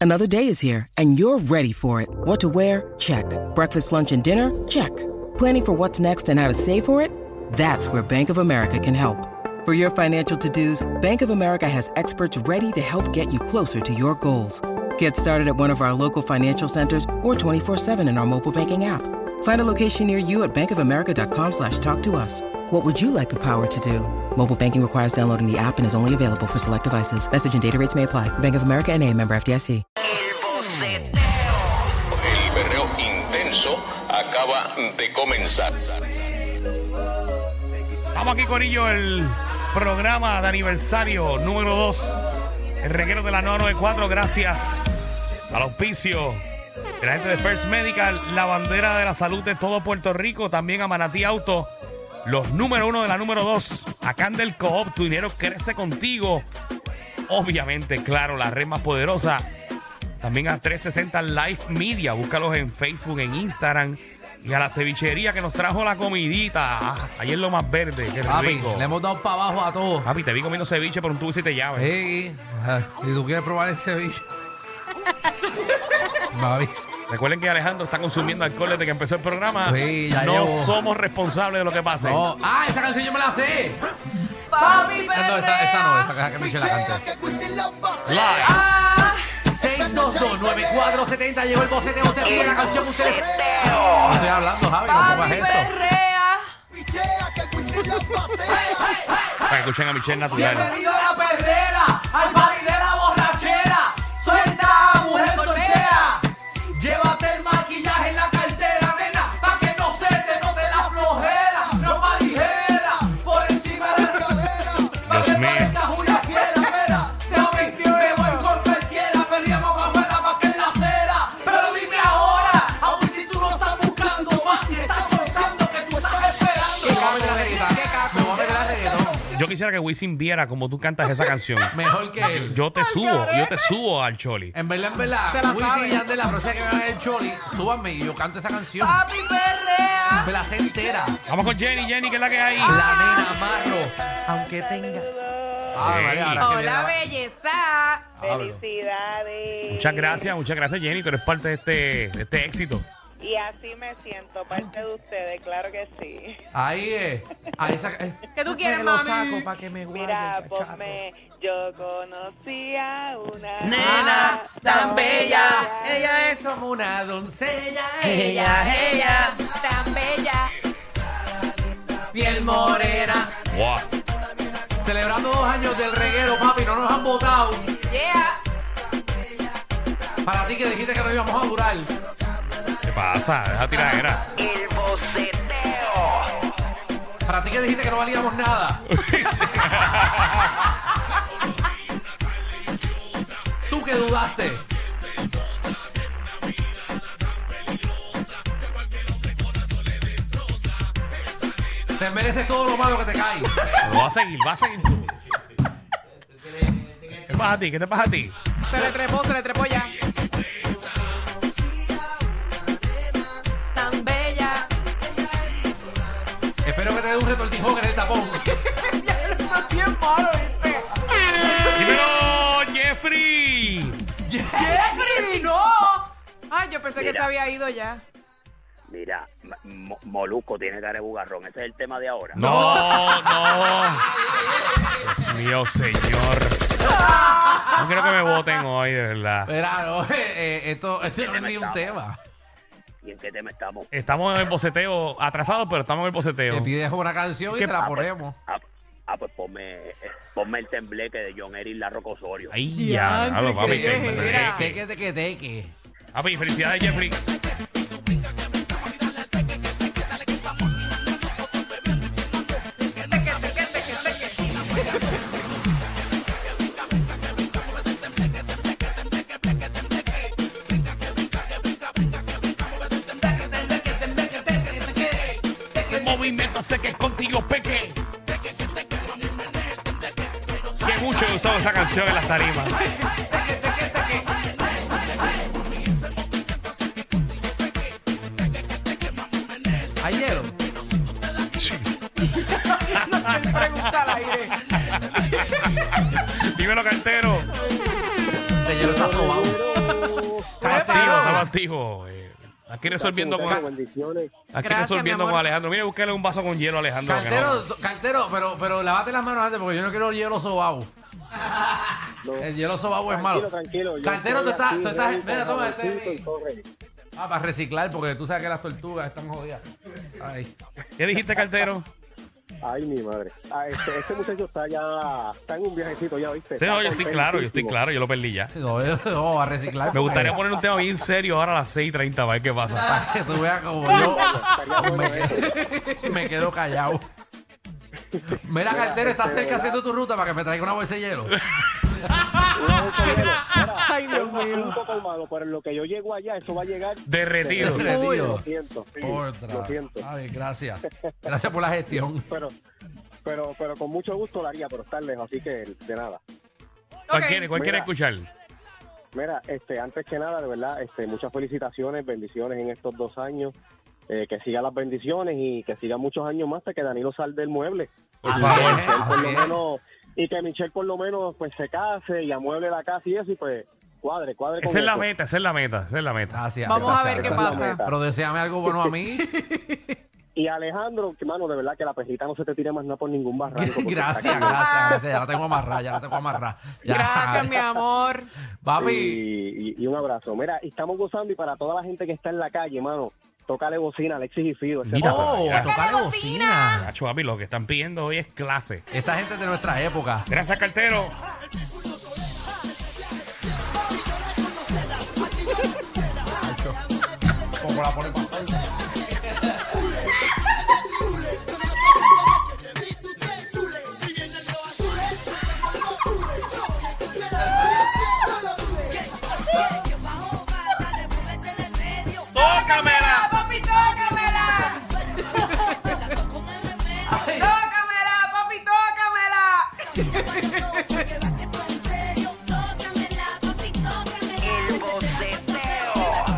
Another day is here, and you're ready for it. What to wear? Check. Breakfast, lunch, and dinner? Check. Planning for what's next and how to save for it? That's where Bank of America can help. For your financial to-dos, Bank of America has experts ready to help get you closer to your goals. Get started at one of our local financial centers or 24/7 in our mobile banking app. Find a location near you at bankofamerica.com/talktous. What would you like the power to do? Mobile banking requires downloading the app and is only available for select devices. Message and data rates may apply. Bank of America N.A., member FDIC. El boceteo. El berreo intenso acaba de comenzar. Vamos aquí, Corillo, el programa de aniversario número 2. El reguero de la 994, gracias al auspicio de la gente de First Medical, la bandera de la salud de todo Puerto Rico, también a Manatí Auto, los número 1 de la número 2, a Candel Co-op, tu dinero crece contigo. Obviamente, claro, la red más poderosa. También a 360 Live Media, búscalos en Facebook, en Instagram. Y a la cevichería que nos trajo la comidita. Ayer lo más verde, qué rico. Papi, le hemos dado para abajo a todo. Papi, te vi comiendo ceviche por un tubo y siete llaves. Sí, si tú quieres probar el ceviche. Me avisa. Recuerden que Alejandro está consumiendo alcohol desde que empezó el programa. Sí, ya no llevo. somos responsables de lo que pase. No. Ah, esa canción yo me la sé. Papi, No, esa no, esa que Michelle la canta. Live. 622-9470, llegó el boceteo, usted pide la canción, ustedes. No estoy hablando, Javi, no papi, pongas eso. perrea. Para que escuchen a Michelle Natural. Bienvenido a la perrera, al party de la borrachera. Suelta, mujer soltera. Llévate el maquillaje en la cartera, nena, pa' que no se te note la flojera. Ropa ligera, por encima de la cadera. Pa' que Dios mío. parezcas una fiera, mera. Mami, me voy con cualquiera, perreamos pa' afuera pa' que en la acera. Pero dime ahora, aun si tú no estás buscando más, que estás buscando, que tú estás esperando. Me voy a meter la reggaetón. Yo quisiera que Wisin viera como tú cantas esa canción. Mejor que él. Yo te subo al choli. En verdad, Se la Wisin sabe. y Yandel, la próxima que me hagan el choli, súbanme y yo canto esa canción. Papi, perrea. Me la sé entera. Vamos con Jenny, que es la que hay. La nena Marro, aunque tenga. Ey. Hola, belleza. Felicidades. Muchas gracias, Jenny. Tú eres parte de este éxito. Y así me siento, parte de ustedes, claro que sí. Ahí es. Ahí saca. ¿Qué tú quieres, me lo mami? saco para que me guarde Mira, el cacharro. ponme, yo conocí a una Nena tan bella, ella es como una doncella. Ella, Tan bella. piel morena. Wow. Celebrando 2 años del reguero, papi, no nos han votado. Yeah. Para ti que dijiste que no íbamos a durar. ¿Qué pasa? Esa tiradera. El boceteo. Para ti que dijiste que no valíamos nada. Tú que dudaste. Te mereces todo lo malo que te cae. Lo va a seguir tú. ¿Qué pasa a ti? ¿Qué te pasa a ti? Se le trepó ya. Tan bella. Espero que te dé un retortijón en el tapón. Eso es bien malo, ¿viste? ¡Dímelo, Jeffrey! ¡Jeffrey, no! Ay, yo pensé que se había ido ya. Mira, Molusco tiene cara de bugarrón. Ese es el tema de ahora. No. Dios mío, señor. No quiero que me voten hoy, de verdad. Verá, no, esto no es ni un tema. ¿Y en qué tema estamos? Estamos en el boceteo, atrasados, pero estamos en el boceteo. Te pides una canción y ¿Qué? te la ponemos. Pues ponme el tembleque de John Eric Larroco Osorio. Ahí ya, Diantre, papi. qué viejera. Que. Papi, felicidades, Jeffrey. Ese movimiento sé que es contigo, Peque. Que mucho he usado esa canción en las tarimas. ¿Hay hielo? Él pregunta al aire. Dímelo, cartero. Este hielo está sobado. contigo. Aquí resolviendo con, Muchachos, bendiciones. aquí Gracias, resolviendo mi amor. con Alejandro. Mire, búsquele un vaso con hielo a Alejandro. que no- Cartero, pero lávate las manos antes porque yo no quiero el hielo sobao. No. El hielo sobao es malo. Tranquilo. yo Cartero, estoy tú aquí, estás. ready, Mira, con toma jaboncito y corre. para reciclar porque tú sabes que las tortugas están jodidas. Ay. ¿Qué dijiste, cartero? Ay, mi madre. Este muchacho está en un viajecito ya, ¿viste? Sí, no, Está yo estoy claro, contentísimo. yo lo perdí ya. No, a reciclar. Me gustaría poner un tema bien serio ahora a las 6:30 para ver qué pasa. que tú veas como yo Estaría bueno eso. me quedo callado. Mira, cartero, está cerca haciendo tu ruta para que me traiga una bolsa de hielo. Una bolsa de hielo. Mira, Ay, Dios tengo mío. un poco colmado, pero en lo que yo llego allá, eso va a llegar Derretido. Derretido. Lo siento, sí, Otra. lo siento. Ay, gracias. Gracias por la gestión. Pero con mucho gusto lo haría, pero estar lejos, así que de nada. ¿Cuál Ok. quiere Mira. escuchar? Mira, antes que nada, de verdad, muchas felicitaciones, bendiciones en estos 2 años. Que sigan las bendiciones y que sigan muchos años más hasta que Danilo salga del mueble. Por Así favor. es, Él por así lo es. menos, y que Michelle por lo menos pues se case y amueble la casa y eso, y pues cuadre con Esa es la eso. meta, esa es la meta, esa es la meta. Gracias. Vamos a gracias, ver qué gracias. pasa. Pero deséame algo bueno a mí. Y Alejandro, que mano, de verdad que la perrita no se te tire más nada por ningún barranco. porque Gracias, está cañón. gracias. Ya la tengo amarrada, Ya. Gracias, mi amor. Papi. Y un abrazo. Mira, y estamos gozando y para toda la gente que está en la calle, mano, tócale bocina, Alexis y Fido. ese Mira, paso. Oh, ya. tocale bocina. Nacho, papi, lo que están pidiendo hoy es clase. Esta gente es de nuestra época. Gracias, cartero. Como la pone pa' ¡Tócamela! ¡Papi, tócamela! ¡Tócamela, papi, tócamela! El boceteo.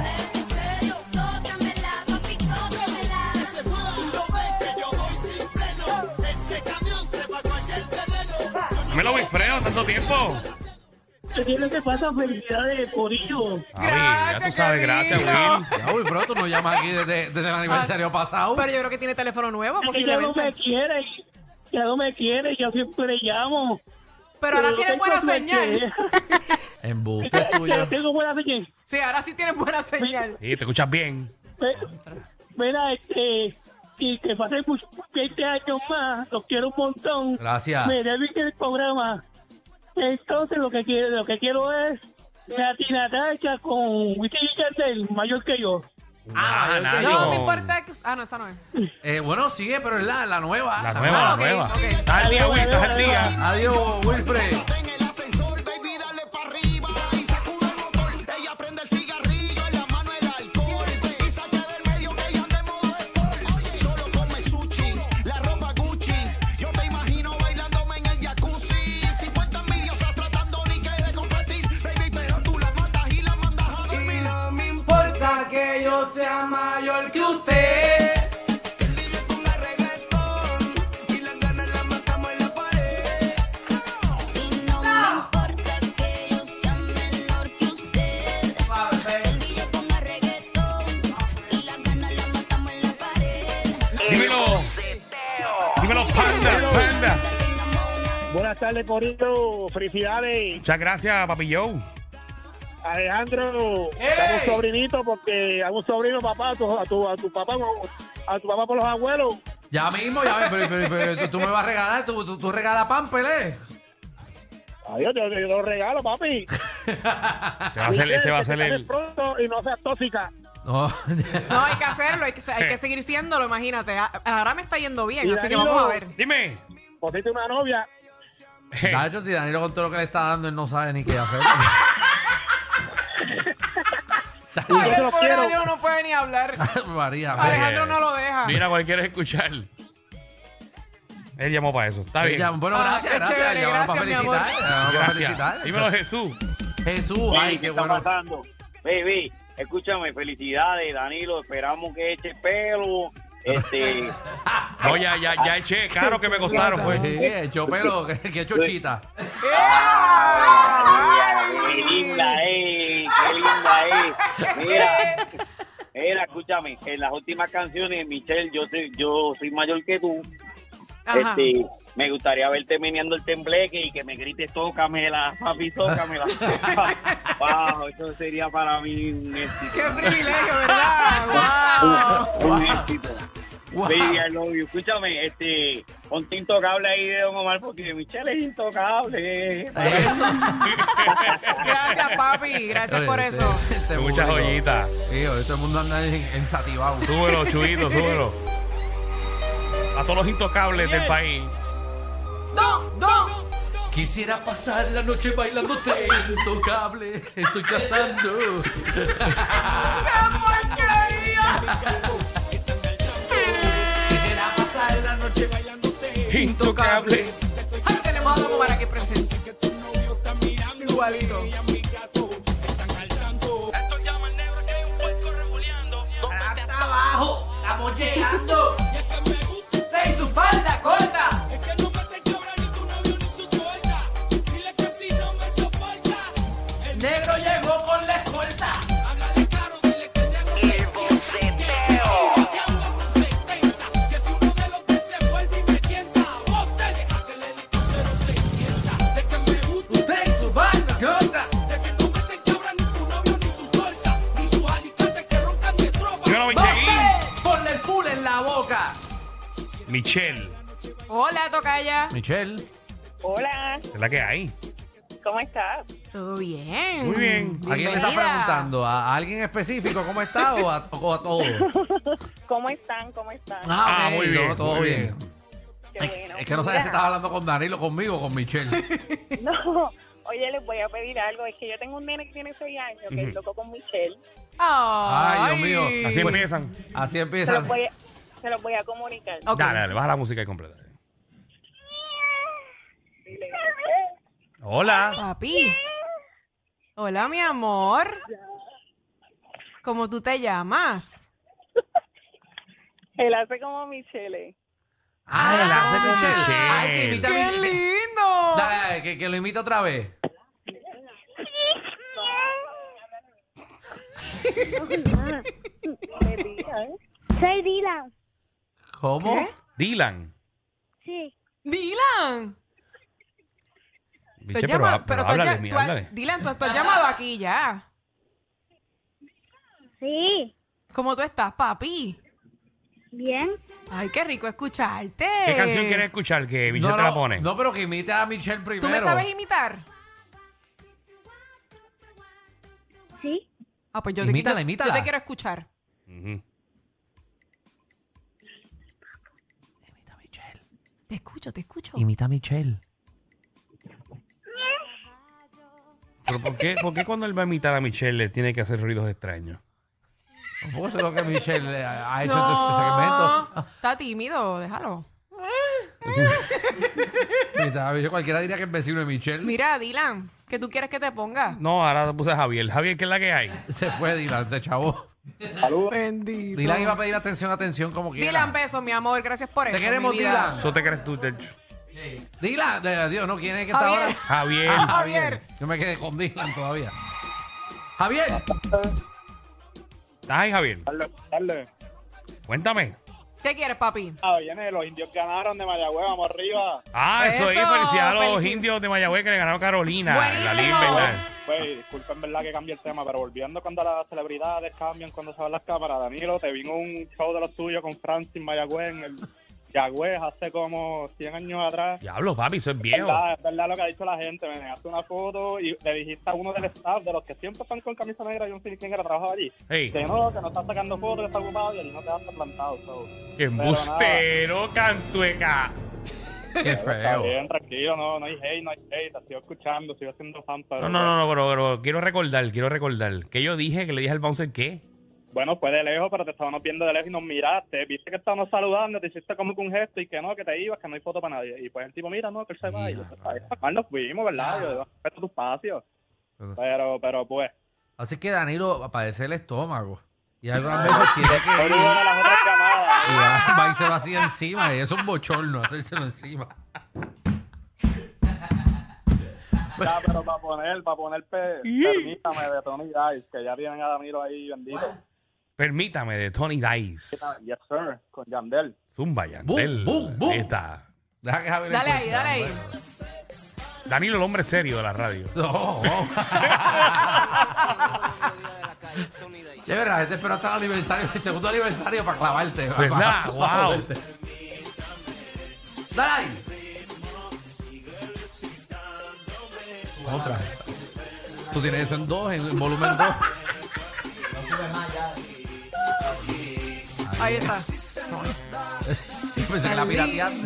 Dímelo, Wilfredo, tanto tiempo. ¿Qué tiene que pasar? Felicidades, Corillo. Javi, ya tú Gracias, sabes, gracias, querido. Will. Ya, uy, pero tú nos llamas aquí desde el aniversario pasado. Pero yo creo que tiene teléfono nuevo, Es que ya no me posiblemente. quiere, yo siempre le llamo. Pero ahora no tiene tengo buena suerte. señal. Embuste tuyo. Tengo buena señal. Sí, ahora sí tiene buena señal. Sí, te escuchas bien. Mira, y que pasen 20 años más, los quiero un montón. Gracias. Me deben el programa. Entonces lo que quiero es Nati Natasha con Wisin y Yandel, mayor que yo. Nacho. No, me importa que... Ah, no, esa no es. Bueno, sigue, pero es la nueva. La nueva, la ok, nueva. ok. Estás al día, Will, estás al día. Adiós, Wilfred. Que yo sea mayor que usted. Dímelo, Panda. Buenas tardes, Corillo. Felicidades. Muchas gracias, Papi Joe. Alejandro, dame un sobrinito porque a un sobrino, papá, a tu papá por los abuelos. Ya mismo, pero tú me vas a regalar, tú regalas Pampelé. Adiós, te lo regalo, papi. Ese va a ser el... Pronto y no seas tóxica. No, No, hay que hacerlo, hay que seguir siéndolo, imagínate. Ahora me está yendo bien, Y así que Danilo, vamos a ver. Dime. Pusiste una novia. Nacho, si Danilo con todo lo que le está dando, él no sabe ni qué hacer. Ay, yo te el lo pobre quiero. Danilo no puede ni hablar. María, Alejandro no lo deja. Mira, cuál quieres escuchar. Él llamó para eso. Está bien. Bueno, Ah, gracias, qué gracias. chévere, Llamaron para gracias, mi amor. felicitar. Llamaron para felicitar. Gracias. Dímelo, Jesús. Jesús, ay, qué bueno. pasando? Baby, escúchame, felicidades, Danilo. Esperamos que eche pelo. No, ya eché. Caro que me costaron, pues. Sí, echó pelo, que chochita. Qué linda, qué linda ahí. Mira, escúchame, en las últimas canciones, Michelle, yo soy mayor que tú. Ajá. Me gustaría verte meneando el tembleque y que me grites tócamela, papi, tócamela. Wow, eso sería para mí un éxito. Qué privilegio, ¿verdad? Wow. Un éxito. Wow. Baby, I love you. Escúchame, ponte Intocable ahí de Don Omar porque Michelle es intocable. Gracias, papi. Gracias por eso. Muchas joyitas. Sí, hoy todo el mundo anda ensativado. Súbelo, Chuyito, súbelo. A todos los intocables del país. Quisiera pasar la noche bailándote intocable. Estoy cazando. Quisiera pasar la noche bailándote Intocable. Ay, tenemos a Don Omar aquí presente. Igualito. hasta abajo. Estamos llegando. ¡Ey, su falda corta! El negro llegó con la escolta. El boceteo. Usted y su banda corta. Dígalo, Michelle. Ponle el full en la boca. Michelle, Hola, tocaya. Michelle. Hola, es la que hay. ¿cómo estás? ¿Todo bien? Muy bien. ¿A quién le está Bienvenida. preguntando? ¿A alguien específico cómo está o a todos? ¿Cómo están? ¿Cómo están? Ah, ok, muy bien, no, todo muy bien. Qué bueno. Es que no sabes si estás hablando con Danilo, conmigo o con Michelle. No, oye, les voy a pedir algo. Es que yo tengo un nene que tiene 6 años, que es loco con Michelle. Ay, Dios mío. Así empiezan. Así Se empieza. los voy a comunicar. Ok. Dale, dale, baja la música y completa. Dile. Hola. Papi. Hola, mi amor. ¿Cómo tú te llamas? Él hace como Michelle. Ah, él hace con Michelle. Michelle. Ay, que imita a ¡Qué Michelle. lindo! Dale, dale, que lo imita otra vez. Soy Dylan. ¿Cómo? ¿Qué? Dylan. Sí. ¡Dylan! Michelle, pero háblale, tú has- háblale. Dylan, tú has llamado aquí ya. Sí. ¿Cómo tú estás, papi? Bien. Ay, qué rico escucharte. ¿Qué canción quieres escuchar que Michelle te la pone? No, pero que imite a Michelle primero. ¿Tú me sabes imitar? Sí. Ah, pues yo Imítala, te, imítala. yo te quiero escuchar. Ujú. Imita a Michelle. Te escucho, te escucho. Imita a Michelle. ¿Pero por qué cuando él va a imitar a Michelle le tiene que hacer ruidos extraños? ¿Cómo es lo que Michelle ha hecho en este segmento? Está tímido, déjalo. Imita a Michelle. Cualquiera diría que es vecino de Michelle. Mira, Dylan, ¿qué tú quieres que te ponga? No, ahora te puse a Javier. Javier, ¿qué es la que hay? Se fue Dylan, se chavó. Bendito. Dylan iba a pedir atención como quiera. Dylan, besos, mi amor. Gracias por eso. Te queremos, mi vida. Dylan. ¿Eso te crees tú, Techo? Dylan, Dios, ¿no? ¿Quién es que está Javier. ahora? Javier. Ah, Javier. Yo me quedé con Dylan todavía. Javier. ¿Estás ahí, Javier? Dale. Cuéntame. ¿Qué quieres, papi? Ah, viene, los indios ganaron de Mayagüez, vamos arriba. Ah, eso es. Eso, Felicidades a los felici- indios de Mayagüez que le ganaron a Carolina en la Buenísimo. Liga Invernal. Pues, disculpen, verdad que cambie el tema, pero volviendo cuando las celebridades cambian, cuando se van las cámaras, Danilo, te vino un show de los tuyos con Francis Mayagüez en el Yagüez hace como 100 años atrás. Diablo, papi, eso es viejo. Es verdad lo que ha dicho la gente, me negaste una foto y le dijiste a uno del staff, de los que siempre están con camisa negra, yo no sé quién era, trabajaba allí, Hey, que no está sacando fotos, que está ocupado y allí no te vas a plantado. So. qué embustero, cantueca. Qué Está feo. bien, tranquilo, no hay hate, te sigo escuchando, sigo siendo fan. Pero, No, pero quiero recordar. Que yo dije, que le dije al bouncer, ¿qué? Bueno, fue de lejos, pero te estábamos viendo de lejos y nos miraste. Viste que estábamos saludando, te hiciste como que un gesto y que no, que te ibas, que no hay foto para nadie. Y pues el tipo, mira, no, que él se va. Y yo, mal nos fuimos, ¿verdad? Yo respeto tu espacio. Pero pues. Así que Danilo padece el estómago. Y algunas veces quiere que Hoy una de las otras llamadas. y va y se vacía encima. Y es un bochorno hacérselo encima. Ya, pero para poner Permítame de Tony Dice, que ya tienen a Danilo ahí bendito. Permítame de Tony Dice. Yes, sir, con Yandel. Zumba, Yandel. Boom, boom. Ahí está. Deja que Javier Dale ahí, encuentre, dale ahí. hombre. Danilo, el hombre serio de la radio. No. De verdad, gente espero hasta el aniversario, el segundo aniversario para clavarte. ¿Verdad? Wow. Dale ahí. Otra. Tú tienes eso en 2, en volumen 2. Ahí está. Pensé que la pirateaste.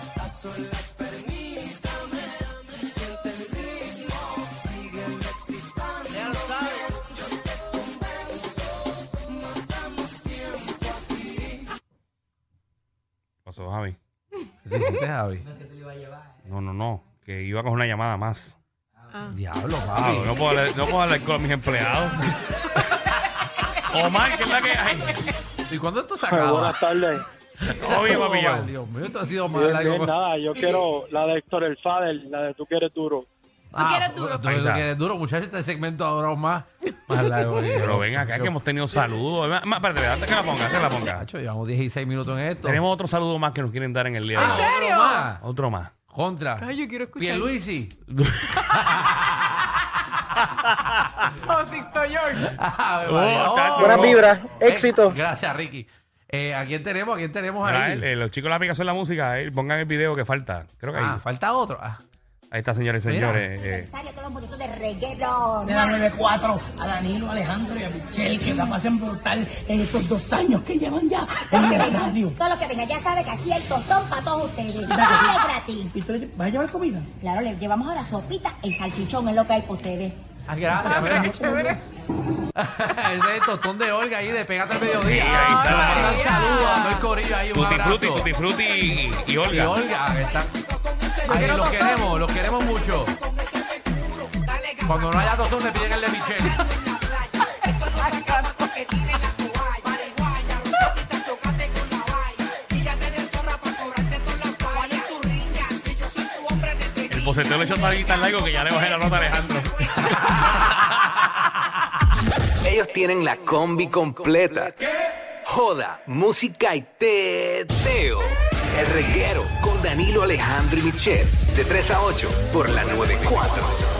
¿Qué pasó, Javi? ¿Qué hiciste, Javi? No. Que iba a coger una llamada más. Diablo, Ah, papi. no puedo hablar con mis empleados. Omar, ¿qué es la que hay? ¿Y cuándo esto se acaba? Buenas tardes. Todo bien, papi. Ay, Dios mío, esto ha sido más Bien, largo. bien, nada, yo quiero la de Héctor El Fader, la de Tú quieres duro. ¿Tú quieres duro? Tú Ahí está. quieres duro, muchachos. Este segmento ahora más largo. Pero ven acá que hemos tenido saludos. Espérate, antes que la ponga. Macho, llevamos 16 minutos en esto. Tenemos otro saludo más que nos quieren dar en el día de ¿En hoy. serio? Más. Otro más. Contra. Ay, yo quiero escuchar. Pierluisi. Oh, Sixto George. Ave María. tacho. Buenas vibras, éxito. Gracias, Ricky. ¿A quién tenemos? ¿A quién tenemos Mira, ahí? los chicos de la aplicación de la música, pongan el video que falta. Creo que ahí. Falta otro. Ahí está, señores y Mira. señores. Todos los bonitos de reggaetón. De la 94 a Danilo, Alejandro y a Michelle, que la pasen brutal en estos 2 años que llevan ya en la radio. Todo lo que venga, ya sabe que aquí hay tostón para todos ustedes. Dale gratis. ¿Y tú vas a llevar comida? Claro, le llevamos ahora sopita y salchichón, es lo que hay para ustedes. Gracias. Mira qué chévere. Ese es el tostón de Olga ahí de Pégate al Mediodía. Sí, ahí está. Nos mandan saludos, dando el corillo ahí. Un Tutti abrazo. Frutti y Y Olga. Olga, que están. Ahí los queremos mucho. Cuando no haya tostón, le piden el de Michelle. El boceteo le echó tan largo que ya le bajé la nota a Alejandro. Ellos tienen la combi completa. Joda, música y teo. El reguero con Danilo, Alejandro y Michelle. De 3 a 8 por la 94.